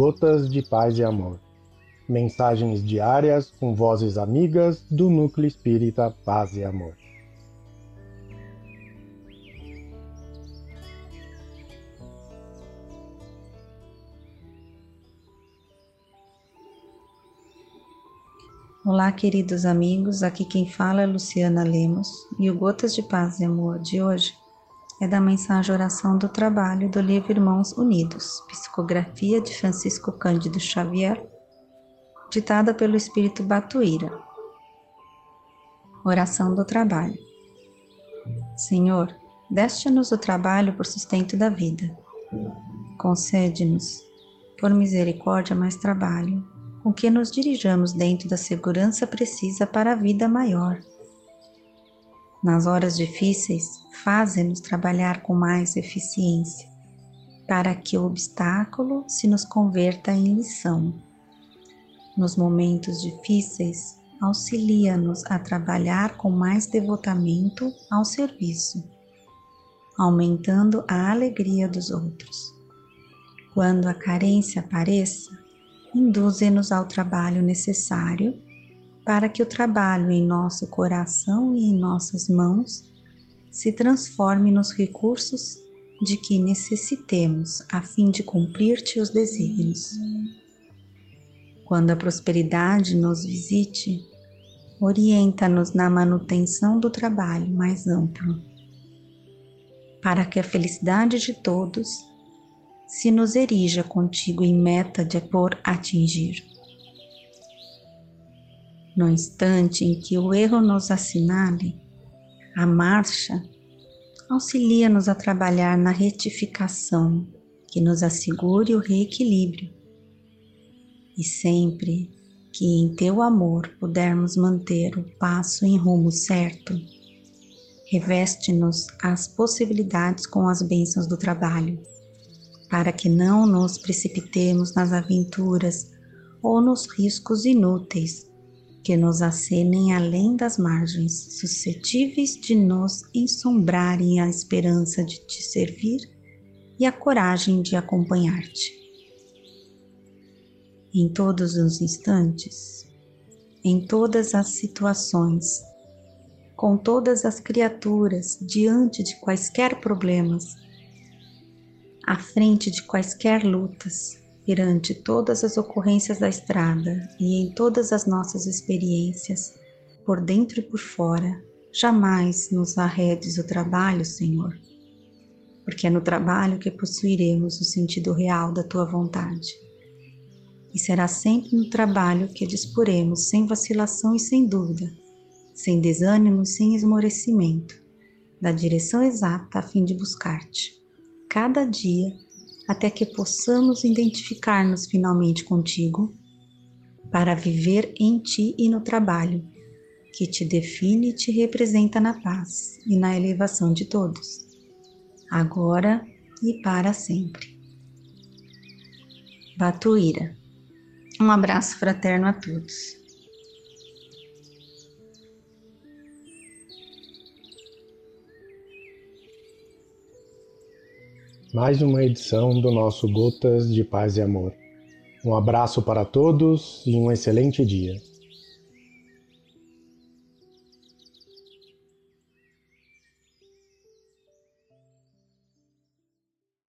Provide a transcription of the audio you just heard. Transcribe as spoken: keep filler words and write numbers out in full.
Gotas de Paz e Amor. Mensagens diárias com vozes amigas do Núcleo Espírita Paz e Amor. Olá, queridos amigos, aqui quem fala é Luciana Lemos e o Gotas de Paz e Amor de hoje é da mensagem Oração do Trabalho do livro Irmãos Unidos, psicografia de Francisco Cândido Xavier, ditada pelo Espírito Batuíra. Oração do Trabalho. Senhor, deste-nos o trabalho por sustento da vida. Concede-nos, por misericórdia, mais trabalho, com que nos dirijamos dentro da segurança precisa para a vida maior. Nas horas difíceis, faze-nos trabalhar com mais eficiência, para que o obstáculo se nos converta em lição. Nos momentos difíceis, auxilia-nos a trabalhar com mais devotamento ao serviço, aumentando a alegria dos outros. Quando a carência apareça, induze-nos ao trabalho necessário para que o trabalho em nosso coração e em nossas mãos se transforme nos recursos de que necessitemos a fim de cumprir teus desígnios. Quando a prosperidade nos visite, orienta-nos na manutenção do trabalho mais amplo, para que a felicidade de todos se nos erija contigo em meta de por atingir. No instante em que o erro nos assinale a marcha, auxilia-nos a trabalhar na retificação que nos assegure o reequilíbrio. E sempre que em teu amor pudermos manter o passo em rumo certo, reveste-nos as possibilidades com as bênçãos do trabalho, para que não nos precipitemos nas aventuras ou nos riscos inúteis que nos acenem além das margens, suscetíveis de nos ensombrarem a esperança de te servir e a coragem de acompanhar-te. Em todos os instantes, em todas as situações, com todas as criaturas, diante de quaisquer problemas, à frente de quaisquer lutas, perante todas as ocorrências da estrada e em todas as nossas experiências, por dentro e por fora, jamais nos arredes o trabalho, Senhor, porque é no trabalho que possuiremos o sentido real da Tua vontade. E será sempre no trabalho que disporemos sem vacilação e sem dúvida, sem desânimo e sem esmorecimento, da direção exata a fim de buscar-te, cada dia, até que possamos identificar-nos finalmente contigo, para viver em ti e no trabalho, que te define e te representa na paz e na elevação de todos, agora e para sempre. Batuíra. Um abraço fraterno a todos. Mais uma edição do nosso Gotas de Paz e Amor. Um abraço para todos e um excelente dia.